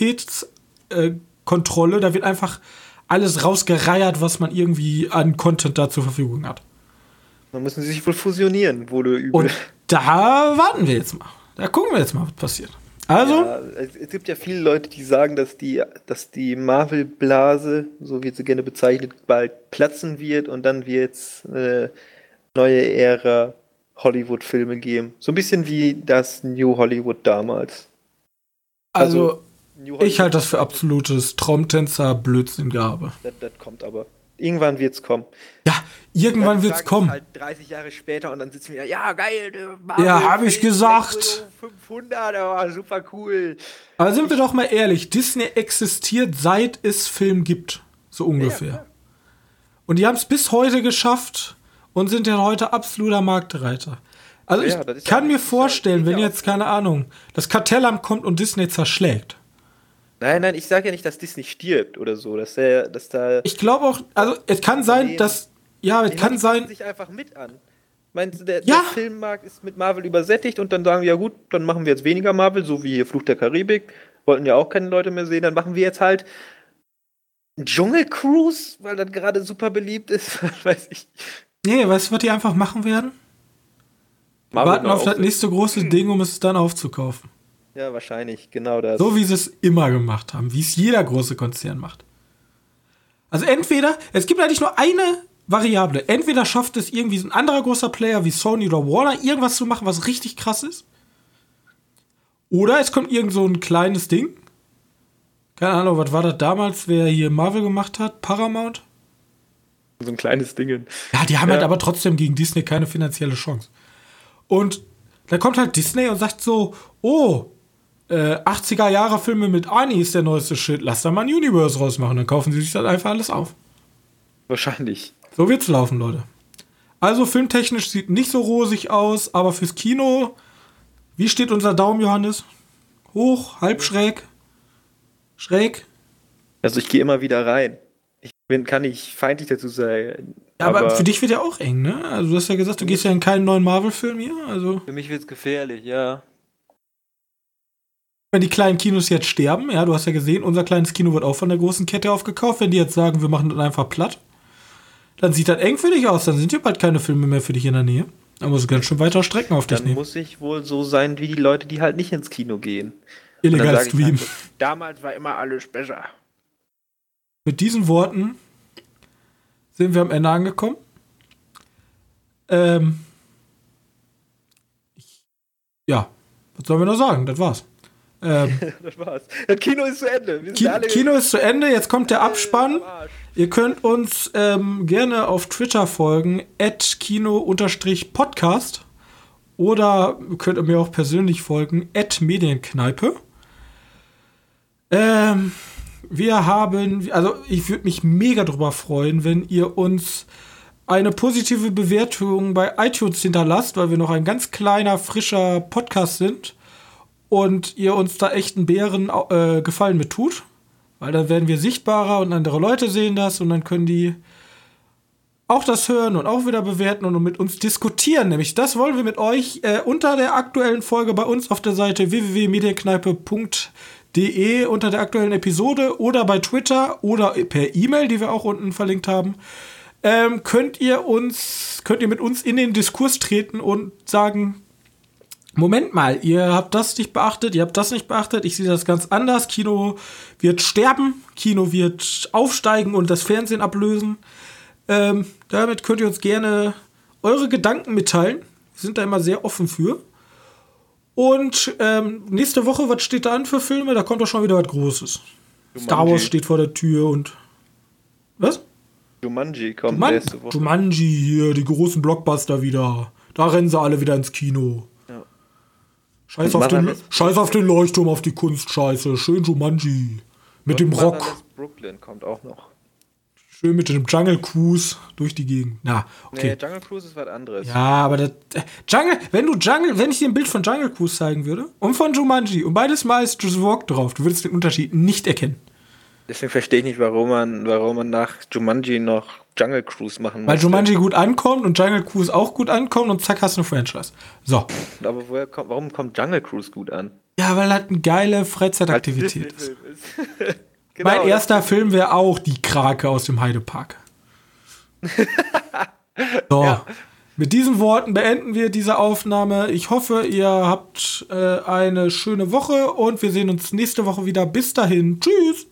Qualitätskontrolle. Da wird einfach alles rausgereiert, was man irgendwie an Content da zur Verfügung hat. Dann müssen sie sich wohl fusionieren, wohl übel. Und da warten wir jetzt mal. Da gucken wir jetzt mal, was passiert. Also? Ja, es gibt ja viele Leute, die sagen, dass die Marvel-Blase, so wird sie gerne bezeichnet, bald platzen wird und dann wird es eine neue Ära Hollywood-Filme geben. So ein bisschen wie das New Hollywood damals. Also ich halte das für absolutes Traumtänzer-Blödsinn-Gehabe. Das kommt aber. Irgendwann wird's kommen. Ja, irgendwann wird's kommen. Halt 30 Jahre später und dann sitzen wir, ja geil, ja, habe ich gesagt. 500, aber super cool. Aber sind wir doch mal ehrlich, Disney existiert, seit es Film gibt, so ungefähr. Ja. Und die haben es bis heute geschafft und sind ja heute absoluter Marktreiter. Also ich kann mir vorstellen, wenn jetzt, keine Ahnung, das Kartellamt kommt und Disney zerschlägt. Nein, ich sage ja nicht, dass Disney stirbt oder so, dass da. Ich glaube auch, also es kann sein, dass. Ja, es kann sein. Sich einfach mit an. Meinst du, der Filmmarkt ist mit Marvel übersättigt und dann sagen wir, ja gut, dann machen wir jetzt weniger Marvel, so wie hier Fluch der Karibik. Wollten ja auch keine Leute mehr sehen, dann machen wir jetzt halt Dschungelcruise, weil das gerade super beliebt ist, weiß ich. Nee, weißt du, was die einfach machen werden? Warten auf das nächste große Ding, um es dann aufzukaufen. Ja, wahrscheinlich, genau das. So wie sie es immer gemacht haben, wie es jeder große Konzern macht. Also entweder, es gibt eigentlich nur eine Variable. Entweder schafft es irgendwie so ein anderer großer Player wie Sony oder Warner, irgendwas zu machen, was richtig krass ist. Oder es kommt irgend so ein kleines Ding. Keine Ahnung, was war das damals, wer hier Marvel gemacht hat? Paramount? So ein kleines Ding. Ja, die haben halt aber trotzdem gegen Disney keine finanzielle Chance. Und dann kommt halt Disney und sagt so, 80er-Jahre-Filme mit Arnie ist der neueste Shit. Lass da mal ein Universe rausmachen. Dann kaufen sie sich das einfach alles auf. Wahrscheinlich. So wird's laufen, Leute. Also filmtechnisch sieht nicht so rosig aus, aber fürs Kino, wie steht unser Daumen, Johannes? Hoch, halb schräg? Schräg? Also ich gehe immer wieder rein. kann ich feindlich dazu sein. Ja, aber für dich wird ja auch eng, ne? Also du hast ja gesagt, du gehst ja in keinen neuen Marvel-Film hier. Also Für mich wird's gefährlich, ja. wenn die kleinen Kinos jetzt sterben, ja, du hast ja gesehen, unser kleines Kino wird auch von der großen Kette aufgekauft. Wenn die jetzt sagen, wir machen das einfach platt, dann sieht das eng für dich aus. Dann sind hier bald keine Filme mehr für dich in der Nähe. Da musst du ganz schön weiter Strecken auf dich Dann nehmen. muss ich wohl so sein wie die Leute, die halt nicht ins Kino gehen. Illegal Und dann sag ich streamen. halt so, damals war immer alles besser. Mit diesen Worten sind wir am Ende angekommen. Ja, was sollen wir noch sagen? Das war's. Das war's. Das Kino ist zu Ende. Wir sind alle Kino ist zu Ende, jetzt kommt der Abspann. am Arsch. Ihr könnt uns gerne auf Twitter folgen, @kino_podcast. Oder könnt ihr mir auch persönlich folgen, @Medienkneipe. Ich würde mich mega drüber freuen, wenn ihr uns eine positive Bewertung bei iTunes hinterlasst, weil wir noch ein ganz kleiner, frischer Podcast sind und ihr uns da echt einen Gefallen mit tut, weil dann werden wir sichtbarer und andere Leute sehen das und dann können die auch das hören und auch wieder bewerten und mit uns diskutieren. Nämlich das wollen wir mit euch unter der aktuellen Folge bei uns auf der Seite www.medienkneipe.de unter der aktuellen Episode oder bei Twitter oder per E-Mail, die wir auch unten verlinkt haben. Könnt ihr mit uns in den Diskurs treten und sagen, Moment mal, ihr habt das nicht beachtet, ihr habt das nicht beachtet, ich sehe das ganz anders, Kino wird sterben, Kino wird aufsteigen und das Fernsehen ablösen. Damit könnt ihr uns gerne eure Gedanken mitteilen, wir sind da immer sehr offen für. Und nächste Woche, was steht da an für Filme? Da kommt doch schon wieder was Großes. Jumanji. Star Wars steht vor der Tür und was? Jumanji kommt nächste Woche. Jumanji hier, die großen Blockbuster wieder. Da rennen sie alle wieder ins Kino. Ja. Scheiß auf den Leuchtturm, auf die Kunstscheiße. Schön Jumanji. Mit dem Rock. Brooklyn kommt auch noch. Schön mit dem Jungle Cruise durch die Gegend. Na, okay. Nee, Jungle Cruise ist was anderes. Ja, aber das. Wenn ich dir ein Bild von Jungle Cruise zeigen würde und von Jumanji und beides Mal ist das Rock drauf, du würdest den Unterschied nicht erkennen. Deswegen verstehe ich nicht, warum man nach Jumanji noch Jungle Cruise machen muss. Weil Jumanji gut ankommt und Jungle Cruise auch gut ankommt und zack, hast du eine Franchise. So. Aber warum kommt Jungle Cruise gut an? Ja, weil das eine geile Freizeitaktivität ist. Genau, mein erster Film wäre auch die Krake aus dem Heidepark. So. Ja. Mit diesen Worten beenden wir diese Aufnahme. Ich hoffe, ihr habt eine schöne Woche und wir sehen uns nächste Woche wieder. Bis dahin. Tschüss.